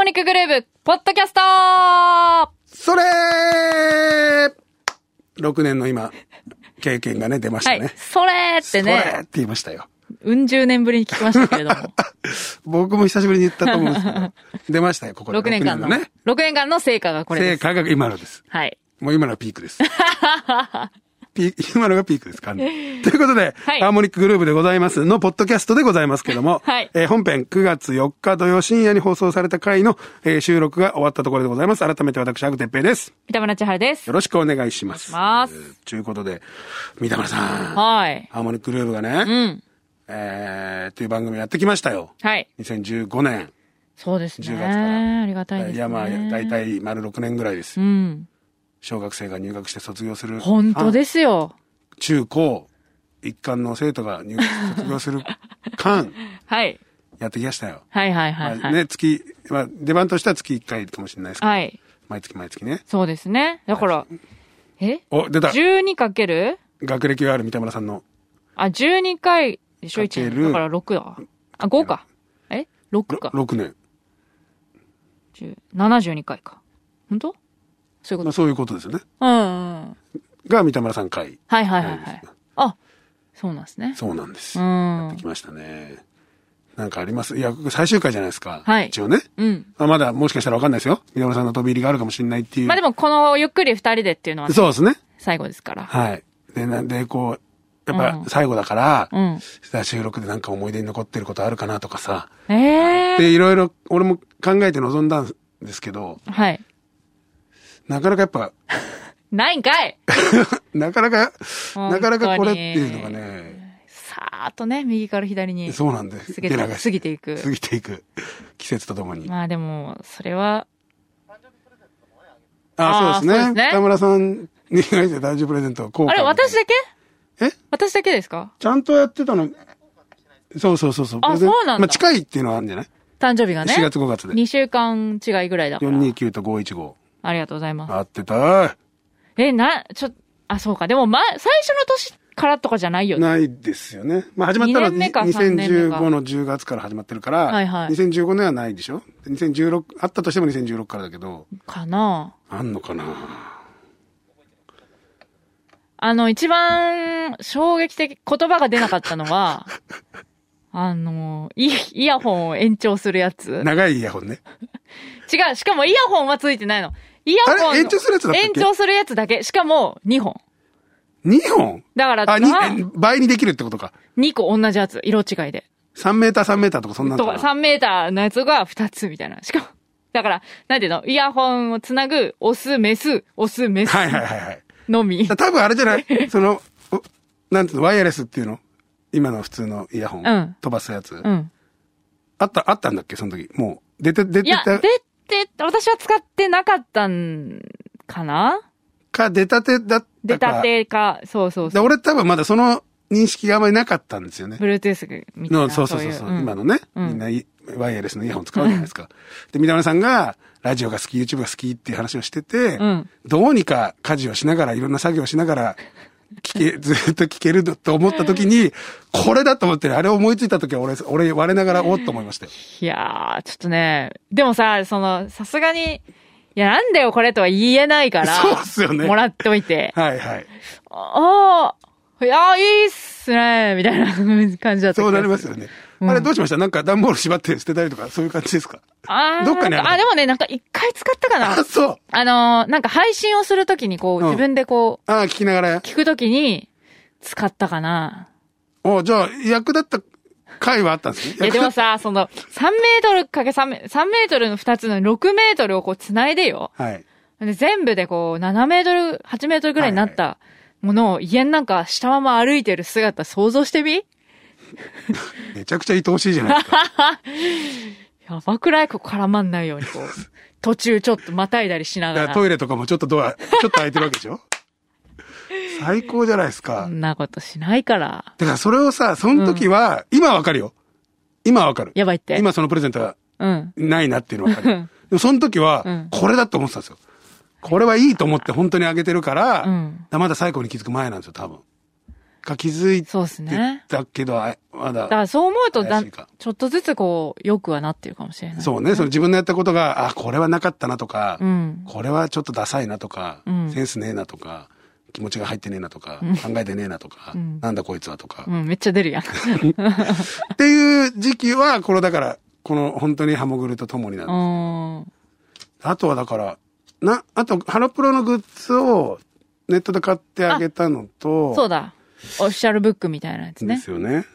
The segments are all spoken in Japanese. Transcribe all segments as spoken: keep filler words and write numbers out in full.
モニックグルーヴポッドキャスト。 それーろくねんの今経験がね出ましたね、はい、 それーってね、 それーって言いましたよ。 うん十年ぶりに聞きましたけれども僕も久しぶりに言ったと思うんですけど出ましたよ、ここでろくねんかんのねろくねんかんの成果がこれです。 成果が今のです。 はい、もう今のはピークですピ今のがピークですかねということで、はい、ハーモニックグルーヴでございますのポッドキャストでございますけども、はい、えー、本編くがつよっか土曜深夜に放送された回の、えー、収録が終わったところでございます。改めて私、ハグてっぺいです。 三田村千春です。 よろしくお願いします。 お願いします。 ということで、三田村さん。 はい。 ハーモニックグルーヴがね、うん。えー、という番組やってきましたよ。 はい。 にせんじゅうごねん。 そうですね。 じゅうがつから。 ありがたいですね。 いや、まあ、だいたい丸ろくねんぐらいです。 うん。 小学生が入学して卒業する。 本当ですよ。 中高一貫の生徒が入学して卒業する間。はい。やってきましたよ。 はいはいはい、はい。 まあ、ね、月、まあ、出番としては月いっかいかもしれないですけど。はい。毎月毎月ね。 そうですね。だから、えお、出た。 じゅうにかける 学歴がある三田村さんの。 あ、じゅうにかいでしょ、いちねん。だからろくだ。あ、ごか。え ?ろく か。 ろくねん。 ななじゅうにかいか。本当そういうこと、 まあ、そういうことですよね。 うんうん。 が三田村さん回。 はいはいはいはい。あ、そうなんですね。 そうなんです。 うん。 やってきましたね。なんかあります？いや、最終回じゃないですか。 はい。 一応ね。 うん。 まあ、まだもしかしたらわかんないですよ。三田村さんの飛び入りがあるかもしれないっていう。 まあでもこのゆっくり二人でっていうのは、ね、 そうですね。 最後ですから。 はい。で、なんでこう、やっぱ最後だから、うん。収録でなんか思い出に残ってることあるかなとかさ。 ええー。 で、いろいろ俺も考えて臨んだんですけど。 はい。 なかなかやっぱ、 ないんかいなかなか、なかなかこれっていうのがね。 さーっとね、右から左に。 そうなんです。 過ぎて過ぎていく。 過ぎていく。季節とともに。 まあでも、それは。 ああ、そうですね。田村さんに対して大丈夫プレゼントを。 あれ、私だけえ私だけですか？ ちゃんとやってたの。そうそうそうそう。 あ、そうなんだ。 まあ近いっていうのはあるんじゃない？ 誕生日がね。 しがつごがつで。 にしゅうかん違いぐらいだから。 よんにーきゅうとごいちご。 ありがとうございます。 合ってた。 え、な、ちょ、あ、そうか。でも、ま、最初の年からとかじゃないよね。 ないですよね。まあ始まったのはにせんじゅうごのじゅうがつから始まってるから、はいはい。にせんじゅうごねんはないでしょ？ にせんじゅうろく、あったとしてもにせんじゅうろくからだけど。 かなあんのかなあの、一番衝撃的、言葉が出なかったのは、あの、イ、イヤホンを延長するやつ。 長いイヤホンね。 違う、しかもイヤホンはついてないの。イヤホン。 あれ延長するやつだったっけ？ 延長するやつだけ。しかも、にほん。 にほん？ だから、 あ、に、倍にできるってことか。 にこ同じやつ、色違いで。 さんメーターさんメーターとかそんなのかな。 とか、さんメーターのやつがふたつみたいな。しかも、だから、なんていうの、イヤホンをつなぐ、オス、メス、オス、メス。 はいはいはいはい。 のみ。 多分あれじゃないその、なんていうの、ワイヤレスっていうの今の普通のイヤホン。うん。飛ばすやつ。うん。あった、あったんだっけその時。もう、出て、出てた。 いや、出て、私は使ってなかったんかなか、出たてだったか。 出たてか、そうそうそう。 俺多分まだその認識があまりなかったんですよね。 Bluetooth みたいな。 そうそうそうそう。うん、今のね、うん、みんなワイヤレスのイヤホン使うじゃないですか。うん、で、三田村さんが、ラジオが好き、YouTube が好きっていう話をしてて、うん、どうにか家事をしながら、いろんな作業をしながら、聞け、ずっと聞けると思った時に、これだと思って、あれを思いついた時は俺、俺、我ながらおっと思いましたよ。 いやー、ちょっとね、でもさ、その、さすがに、いや、なんだよこれとは言えないから、 そうっすよね。 もらっておいて。 はいはい。 ああ、いやー、いいっすね、みたいな感じだった。 そうなりますよね。うん、あれどうしました？なんか段ボール縛って捨てたりとか、そういう感じですか？ ああ。 どっかにある。 あ、でもね、なんか一回使ったかな。 あ、そう。 あのー、なんか配信をするときにこう、うん、自分でこう。ああ、聞きながら。 聞くときに、使ったかな。 お、じゃあ、役立った回はあったんですね。 いや、でもさ、その、さんメートルかけさんメートルのふたつのろくメートルをこう繋いでよ。 はい。 で、全部でこう、ななメートル、はちメートルぐらいになったものを家の中したまま歩いてる姿想像してみめちゃくちゃ愛おしいじゃないですか。 やばくないここ絡まんないようにこう、途中ちょっとまたいだりしながら。 トイレとかもちょっとドア、ちょっと開いてるわけでしょ最高じゃないですか。 そんなことしないから。 だからそれをさ、その時は、うん、今わかるよ。今わかる。 やばいって。 今そのプレゼントは、ないなっていうのわかる。うん、でもその時は、うん、これだと思ってたんですよ。これはいいと思って本当にあげてるから、うん、まだ最後に気づく前なんですよ、多分。 か気づいてそうですね。 たけど、あまだ。 だからそう思うとだ、 怪しいかちょっとずつこう、良くはなってるかもしれない、 そうね。その自分のやったことが、あ、これはなかったなとか、 うん、 これはちょっとダサいなとか、 うん、 センスねえなとか、気持ちが入ってねえなとか、 うん、 考えてねえなとか、うん、なんだこいつはとか。 うん、めっちゃ出るやん。 っていう時期は、このだから、この本当にハモグルと共になんです。あとはだから、な、あと、ハロプロのグッズをネットで買ってあげたのと、 そうだ。オフィシャルブックみたいなやつね。 ですよね。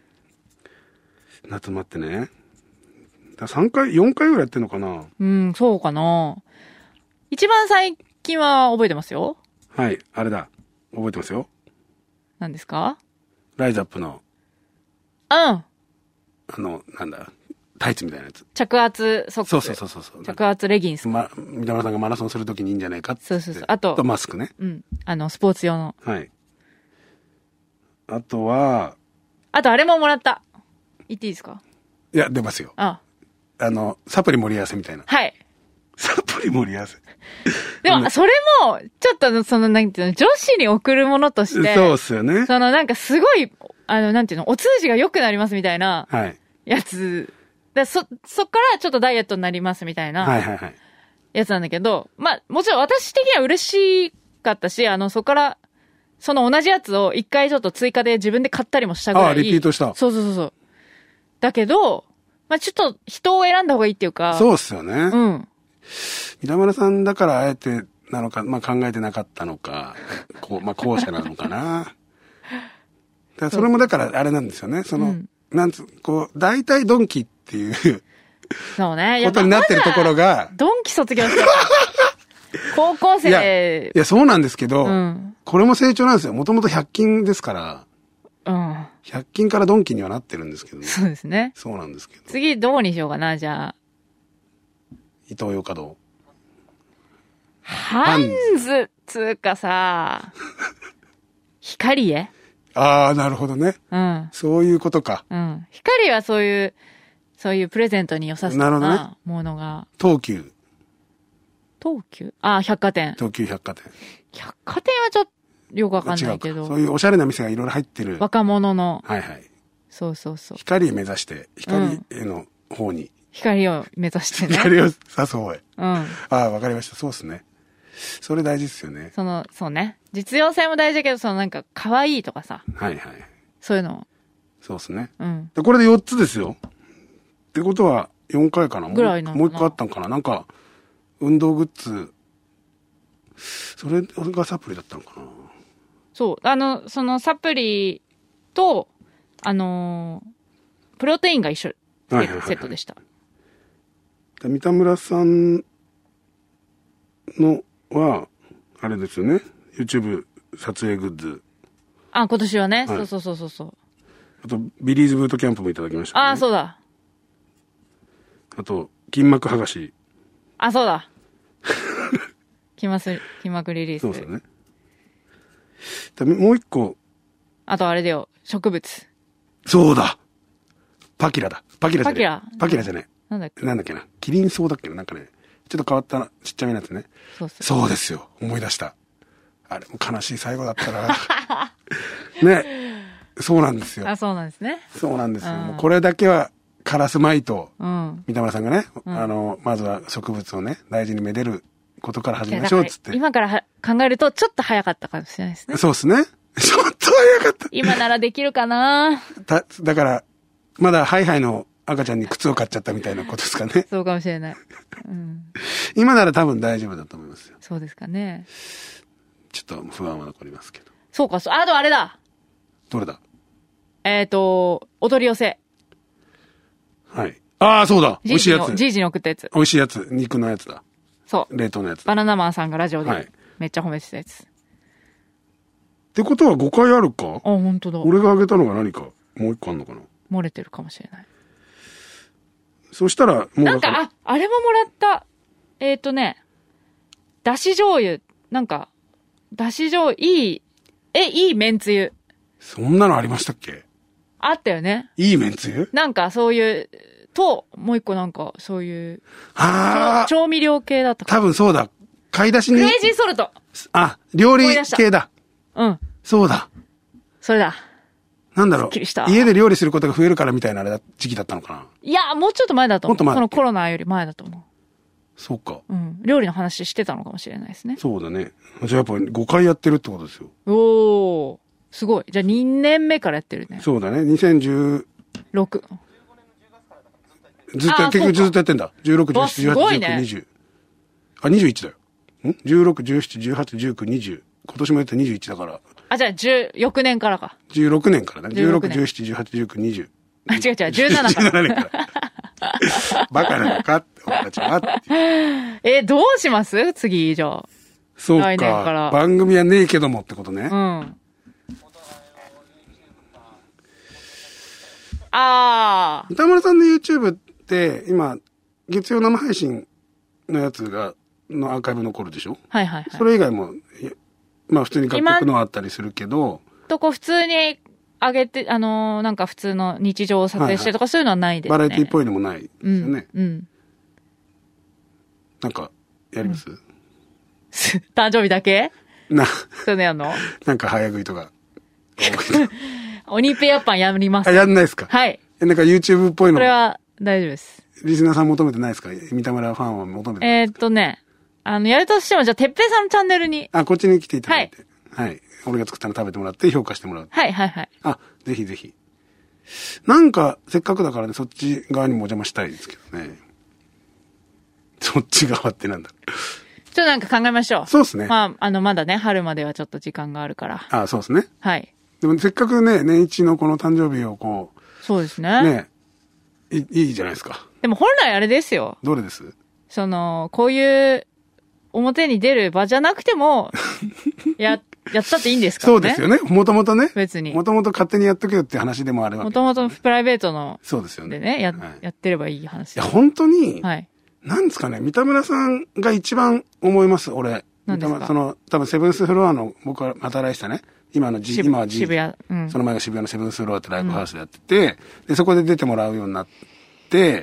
夏待ってね。さんかい、よんかいぐらいやってんのかな？ うん、そうかな。一番最近は覚えてますよ。 はい、あれだ。覚えてますよ。 何ですか？ ライズアップの。 うん。 あの、なんだ、タイツみたいなやつ。 着圧ソックス。 そうそうそうそう。 着圧レギンス。 ま、三田村さんがマラソンするときにいいんじゃないかって。 そうそうそう。あと。 とマスクね。 うん。あの、スポーツ用の。 はい。あとは、 あとあれももらった。言っていいですか？ いや、出ますよ。 ああの、サプリ盛り合わせみたいな。 はい。 サプリ盛り合わせ。 でも、それも、ちょっと、その、なんていうの、女子に送るものとして。 そうっすよね。 その、なんかすごい、あの、なんていうの、お通じが良くなりますみたいな。 はい。 やつ。で、そ、そっからちょっとダイエットになりますみたいな。 はいはいはい。 やつなんだけど、まあ、もちろん私的には嬉しかったし、あの、そこから、その同じやつを一回ちょっと追加で自分で買ったりもしたぐらい。 ああ、リピートした。 そうそうそうそう。だけど、まあ、ちょっと人を選んだ方がいいっていうか。 そうっすよね。 うん。 三田村さんだからあえてなのか、まあ考えてなかったのか、こう、まあ後者なのかな。だからそれもだからあれなんですよね。その、うん、なんつ、こう、大体ドンキっていう。 そうね。 ことになってるところが。 ドンキ卒業してる。高校生。 いや、いや、そうなんですけど、うん、これも成長なんですよ。もともとひゃく均ですから。 うん。 ひゃく均からドンキにはなってるんですけどね。 そうですね。 そうなんですけど。 次どうにしようかな、じゃあ。 イトーヨーカドー。 ハンズ、つうかさ、光へああ、なるほどね。 うん。 そういうことか。 うん。光はそういう、そういうプレゼントに良さそうなものが。 東急。 東急ああ、百貨店。 東急百貨店。 百貨店はちょっとよくわかんないけど。 そういうおしゃれな店がいろいろ入ってる。 若者の。 はいはい。 そうそうそう。 光へ目指して、光への方に。うん、 光を目指してね。 光を指す方へ。 うん。ああ、わかりました。そうですね。それ大事ですよね。 その、そうね。実用性も大事だけど、そのなんか、可愛いとかさ。 はいはい。 そういうの。 そうですね。 うん。 で、これでよっつですよ。ってことは、よんかいかな。 ぐらいなのかな。 もういっこあったんかな。なんか、運動グッズ、それがサプリだったのかな。 そう。あの、そのサプリと、あのー、プロテインが一緒、セットでした。 三田村さんのは、あれですよね。YouTube 撮影グッズ。 あ、今年はね。はい、そうそうそうそう。 あと、ビリーズブートキャンプもいただきました、ね。 あ、そうだ。 あと、筋膜剥がし。 あ、そうだ。筋膜、筋膜リリース。 そうですね。もう一個。 あとあれだよ。植物。 そうだ。パキラだ。パキラじゃない。 パキラ。 パキラじゃない。 なんだっけなんだっけな。キリンソウだっけな。なんかね。ちょっと変わったちっちゃめなやつね。 そうそう。 そうですよ。思い出した。あれも悲しい最後だったな。ね。そうなんですよ。 あ、そうなんですね。 そうなんですよ。もうこれだけは、カラスマイと、 うん、 三田村さんがね、うん、あの、まずは植物をね、大事にめでることから始めましょうっつって。 今からは考えると、ちょっと早かったかもしれないですね。 そうですね。ちょっと早かった。 今ならできるかなだ、だから、まだハイハイの赤ちゃんに靴を買っちゃったみたいなことですかね。 そうかもしれない。うん、 今なら多分大丈夫だと思いますよ。 そうですかね。 ちょっと不安は残りますけど。 そうか、そう、あとあれだ。 どれだ？ えっと、お取り寄せ。 はい。ああ、そうだ。美味しいやつ。 じいじに送ったやつ。 美味しいやつ。肉のやつだ。 そう。 冷凍のやつ。 バナナマンさんがラジオでめっちゃ褒めてたやつ。はい、 ってことはごかいあるか？あ、 本当だ。 俺があげたのが何かもう一個あんのかな？ 漏れてるかもしれない。 そしたら、もうなんか、あ、あれももらった。えっとね、だし醤油。なんか、だし醤油、いい、え、いいめんつゆ。 そんなのありましたっけ？ あったよね。 いいめんつゆ？ なんかそういう、と、もう一個なんか、そういう、 ああ。 調味料系だったか。 多分そうだ。買い出しに。 クレイジーソルト。 あ、料理系だ。 うん。 そうだ。 それだ。 なんだろう。家で料理することが増えるからみたいなあれ時期だったのかな。 いや、もうちょっと前だと思う。もっと前。そのコロナより前だと思う。 そうか。 うん。料理の話してたのかもしれないですね。 そうだね。じゃあやっぱごかいやってるってことですよ。 おー。すごい。じゃあにねんめからやってるね。 そうだね。にせんじゅうろく。 ずっと、結局ずっとやってんだ。じゅうろく、じゅうなな、じゅうはち、じゅうきゅう、にじゅう。あ、にじゅういちだよ。ん ?じゅうろく、じゅうなな、じゅうはち、じゅうきゅう、にじゅう。今年もやったにじゅういちだから。 あ、じゃあじゅう、翌年からか。 じゅうろくねんからね。じゅうろく、じゅうなな、じゅうはち、じゅうきゅう、にじゅう。 あ、違う違う、じゅうななから。 じゅうななねんから。バカなのかって、俺たちはって。 え、どうします次、じゃあ。 そうか。来年から。番組はねえけどもってことね。 うん。ああ。 歌丸さんの YouTube って、今、月曜生配信のやつが、のアーカイブ残るでしょ？ はいはいはい。 それ以外も、まあ普通に楽曲のあったりするけど。 とこ普通に上げて、あのー、なんか普通の日常を撮影してとかそういうのはないですね。 バラエティっぽいのもないですよね。 うん。うん、 なんか、やります、うん、 誕生日だけな。 そういうのやんのなんか早食いとか。 鬼ペアパンやります。 あ、やんないですか？ はい。 なんか YouTube っぽいの。 これは大丈夫です。 リスナーさん求めてないですか？三田村ファンは求めてないですか？えー、っとね、あの、やるとしても、じゃあ、てっぺいさんのチャンネルに。 あ、こっちに来ていただいて。はい。はい。俺が作ったの食べてもらって評価してもらう。 はいはいはい。 あ、ぜひぜひ。なんか、せっかくだからね、そっち側にもお邪魔したいですけどね。そっち側ってなんだ。ちょっとなんか考えましょう。 そうですね。 まあ、あの、まだね、春まではちょっと時間があるから。 あ、そうですね。 はい。 でもせっかくね、年一のこの誕生日をこう。 そうですね。 ね。いい、いいじゃないですか。 でも本来あれですよ。 どれです？ その、こういう表に出る場じゃなくても、や、やったっていいんですかね。 そうですよね。もともとね。 別に。 もともと勝手にやっとけよって話でもあるわけ。 もともとプライベートの。 そうですよね。 でね、や、はい、やってればいい話。 いや、本当に。 はい。 なんですかね、三田村さんが一番思います、俺。 何ですか？ その、多分セブンスフロアの、僕は働いてたね。今の G、今は G。 渋谷。うん。 その前が渋谷のセブンスフロアってライブハウスでやってて、うん、で、そこで出てもらうようになって、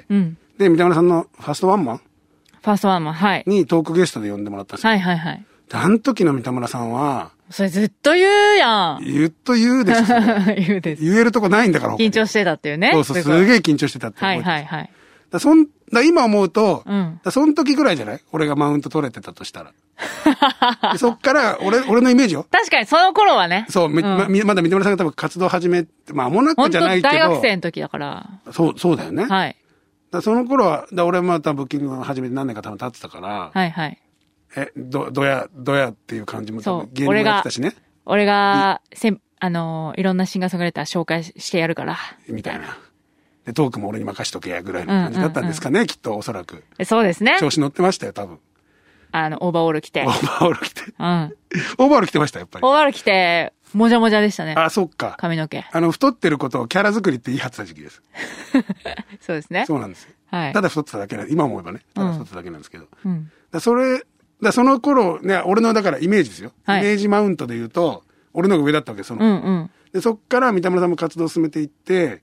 うん。で、三田村さんのファーストワンマンファーストワンマン、はい。 にトークゲストで呼んでもらったんですよ。 はいはいはい。 で、あの時の三田村さんは、 それずっと言うやん。 言っと言うでしょ。 言うです。 言えるとこないんだから。 緊張してたっていうね。 そうそう、すげえ緊張してたって。 はいはいはい。 だそん、だ今思うと、 うん。 だその時ぐらいじゃない？俺がマウント取れてたとしたら。そっから、俺、俺のイメージよ。 確かにその頃はね。 そう、うん、ま、まだ三田村さんが多分活動始め、まあ、間もなくじゃないけど。 大学生の時だから。 そう、そうだよね。 はい。 だその頃は、だ俺も多分ブッキング始めて何年か多分経ってたから。 はいはい。 え、ど、どや、どやっていう感じも多分芸人もやってたしね。 俺が、せん、あのー、いろんなシンガーソングライター紹介してやるから。 みたいな。で、トークも俺に任しとけやぐらいの感じだったんですかね、うんうんうん、きっと、おそらく。 そうですね。 調子乗ってましたよ、多分。 あの、オーバーオール着て。 オーバーオール着て。 うん。オーバーオール着てました、やっぱり。 オーバーオール着て、もじゃもじゃでしたね。 あ、そっか。 髪の毛。 あの、太ってることをキャラ作りって言い張ってた時期です。 そうですね。 そうなんですよ。 はい。 ただ太ってただけな、今思えばね。ただ太ってただけなんですけど。 うん。 だそれ、だその頃、ね、俺のだからイメージですよ。はい、イメージマウントで言うと、俺の方が上だったわけ、その。 うんうん。 で、そっから三田村さんも活動を進めていって、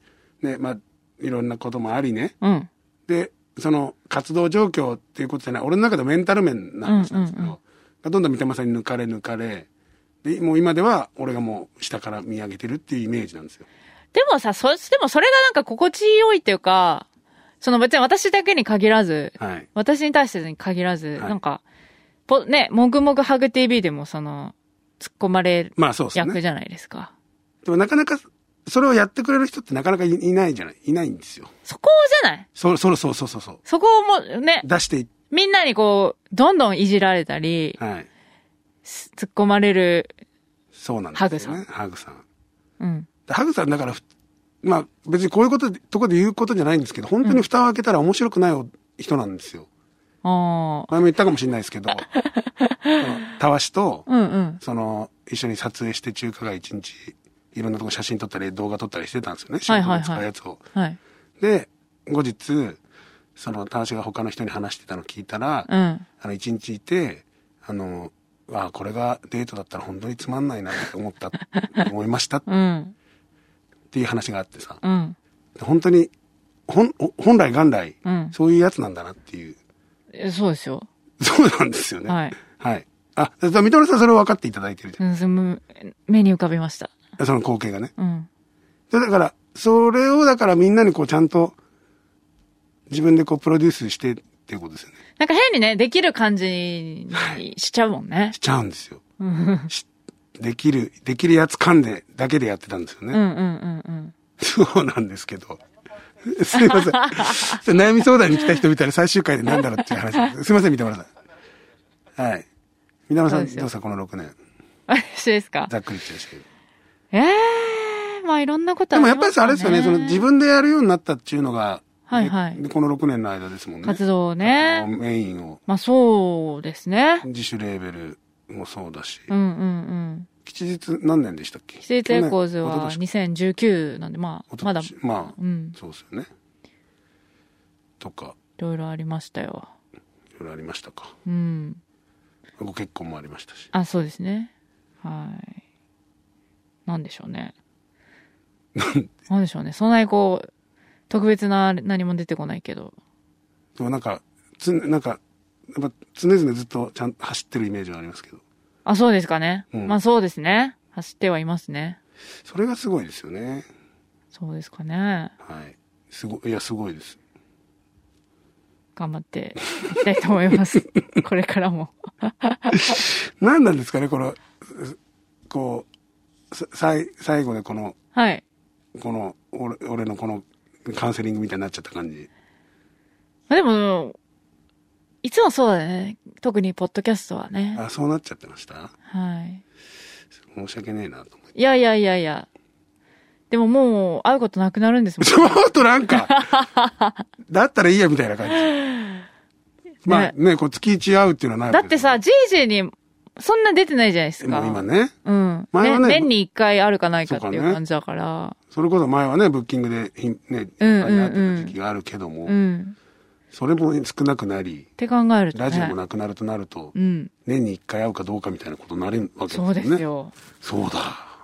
ね、まあ、いろんなこともありね。 うん。 で、その活動状況っていうことじゃない、俺の中でメンタル面な話なんですけど、うんうんうん、どんどん三田村さんに抜かれ抜かれ、で、もう今では俺がもう下から見上げてるっていうイメージなんですよ。 でもさ、そ、でもそれがなんか心地よいっていうか、その別に私だけに限らず、はい、私に対してに限らず、はい、なんか、ぽ、ね、もぐもぐハグ ティーブイ でもその、突っ込まれる役じゃないですか。まあそうですね。 でもなかなか、それをやってくれる人ってなかなか い, いないじゃないいないんですよ。 そこじゃないそ、そ、そうそうそうそう。 そこもね。 出していみんなにこう、どんどんいじられたり、はい。突っ込まれる。 そうなんですよね。ハグさん。 ハグさん。うん。 ハグさんだから、まあ別にこういうことで、とこで言うことじゃないんですけど、本当に蓋を開けたら面白くない人なんですよ。 ああ。 前も言ったかもしれないですけど、たわしと、 うんうん、 その、一緒に撮影して中華街一日、いろんなとこ写真撮ったり動画撮ったりしてたんですよね。 はいはいはい。 使うやつを。 はい。 で、後日、その、たわしが他の人に話してたのを聞いたら、 うん、 あの、一日いて、あの、あ、これがデートだったら本当につまんないなって思った、思いました、 うん、 っていう話があってさ、 うん、 本当に、本、本来元来、 うん、 そういうやつなんだなっていう。 そうですよ。 そうなんですよね。 はい。 はい。あ、三田村さんそれを分かっていただいてるじゃん。 うん、目に浮かびました。 その光景がね。 うん。 だから、それをだからみんなにこうちゃんと自分でこうプロデュースしてっていうことですよね。 なんか変にね、できる感じにしちゃうもんね。はい、 しちゃうんですよ。できる、できるやつ噛んでだけでやってたんですよね。 うんうんうんうん。 そうなんですけど。すいません。悩み相談に来た人見たら最終回でなんだろうっていう話。すいません、三田村さん。はい。三田村さん、どうですか、このろくねん。 私ですか？ ざっくり言っちゃいましたけど。 ええー、まあいろんなことありますね。 でもやっぱりあれですよね、その自分でやるようになったっていうのが、 はいはい。 このろくねんの間ですもんね。 活動をね。 メインを。 まあそうですね。 自主レーベルもそうだし。 うんうんうん。 吉日何年でしたっけ？ 吉日エコーズはにせんじゅうきゅうなんで、まあ、まだ。 まあ、うん、そうですよね。とか。 いろいろありましたよ。 いろいろありましたか。 うん。 ご結婚もありましたし。 あ、そうですね。はい。なんでしょうね。なんでしょうね。そんなにこう、特別な何も出てこないけど。 でもなんか、つ、なんか、やっぱ常々ずっとちゃんと走ってるイメージはありますけど。 あ、そうですかね。うん、まあそうですね。走ってはいますね。 それがすごいですよね。 そうですかね。 はい。すごい、いや、すごいです。 頑張っていきたいと思います。これからも。 何なんですかね、この、こう、さい、最後でこの、 はい。 この、俺、俺のこのカウンセリングみたいになっちゃった感じ。 まあでも、いつもそうだね。特にポッドキャストはね。 あ、そうなっちゃってました？ はい。 申し訳ねえなと思って。 いやいやいやいや。でももう会うことなくなるんですもん。 ちょっとなんか、だったらいいやみたいな感じ。ね、まあね、こう月一会うっていうのはないわけです。 だってさ、ジージェーにそんな出てないじゃないですか。 もう今ね。 うん。前はね。年に一回あるかないかっていう感じだから。 それこそ前はね、ブッキングで、ね、 うんうんうん、 会ってた時期があるけども。 うん。それも少なくなり。 って考えると、ね、 ラジオもなくなるとなると、うん、年に一回会うかどうかみたいなことになるわけですよね。 そうですよ。 そうだ。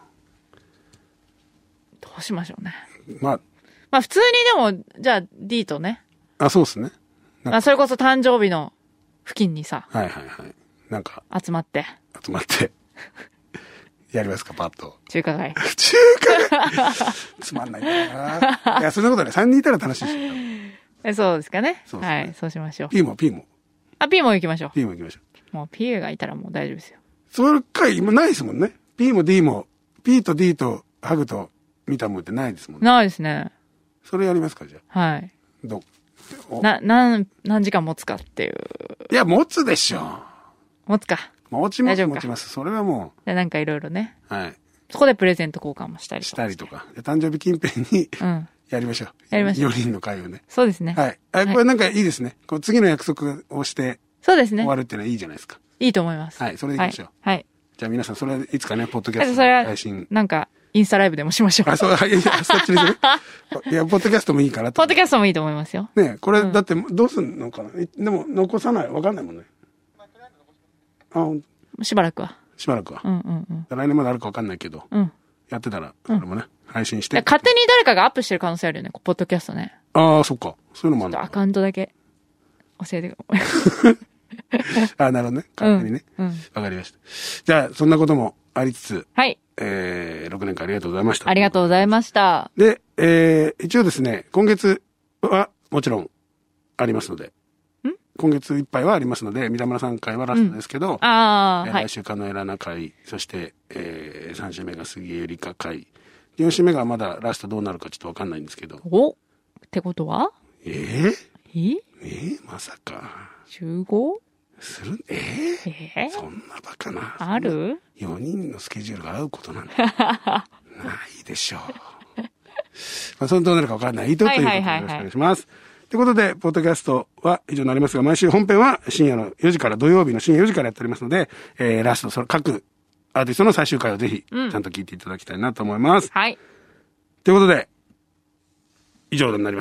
どうしましょうね。 まあ。 まあ普通にでも、じゃあ D とね。 あ、そうですね。 あ、それこそ誕生日の付近にさ。 はいはいはい。なんか。 集まって。 集まって。やりますか、パッと。 中華街。 中華街つまんないんだな。いや、そんなことね、さんにんいたら楽しいし。 え、そうですかね。そうですね。はい、そうしましょう。 P も P も。 あ、P も行きましょう。 P も行きましょう。もう P がいたらもう大丈夫ですよ。 それか、今ないですもんね。P も D も、P と D とハグとミタムってないですもんね。 ないですね。 それやりますか、じゃあ。 はい。 ど、 な、なん、何時間持つかっていう。 いや、持つでしょ。 持つか。 持ちます、持ちます。それはもう。で、なんかいろいろね。 はい。 そこでプレゼント交換もしたりとか。 したりとか。誕生日近辺に、うん。やりましょう。 やりましょう。 よにんの会をね。 そうですね。 はい。あ、これなんかいいですね。こう次の約束をして。 そうですね。 終わるっていうのはいいじゃないですか。 いいと思います。 はい。それでいきましょう。 はい。 じゃあ皆さん、それいつかね、ポッドキャスト配信。 なんか、インスタライブでもしましょう。 あ、そう、はい、そっちにするいや、ポッドキャストもいいかなと。 ポッドキャストもいいと思いますよ。 ねこれ、だって、どうすんのかなでも、残さない。わかんないもんね。あ、ほんと。 しばらくは。 しばらくは。 うんうんうん。 来年まであるかわかんないけど。 うん。 やってたら、それもね、配信して。 勝手に誰かがアップしてる可能性あるよね、ポッドキャストね。 ああ、そっか。そういうのもある。 アカウントだけ教えて。 あ、なるほどね。勝手にね。うん。わかりました。じゃあ、そんなこともありつつ。 はい。 えー、ろくねんかんありがとうございました。 ありがとうございました。 で、えー、一応ですね、今月はもちろんありますので。 ん今月いっぱいはありますので、三田村さん会はラストですけど。 うん、ああ、はい。 来週、カノエラナ会、そして、えー、さん週目が杉江里香会。よん週目がまだラストどうなるかちょっとわかんないんですけど。 おってことはえー、 ええー、まさか。 集合するえー、 えー、 そんなバカな。 ある ? よ 人のスケジュールが合うことなんてないでしょう。まあ、そのどうなるかわからないと、ということでよろしくお願いします。ということで、ポッドキャストは以上になりますが、毎週本編は深夜のよじから土曜日の深夜よじからやっておりますので、えー、ラスト、その各アーティストの最終回をぜひ、ちゃんと聞いていただきたいなと思います。 うん、はい。 ということで、以上になります。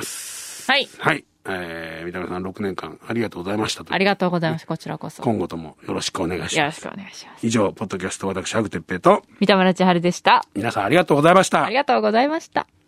はい。 はい。えー、三田村さんろくねんかんありがとうございました。 ありがとうございます。こちらこそ。 今後ともよろしくお願いします。 よろしくお願いします。 以上、ポッドキャスト私、ハグテッペイと、 三田村千春でした。 皆さんありがとうございました。 ありがとうございました。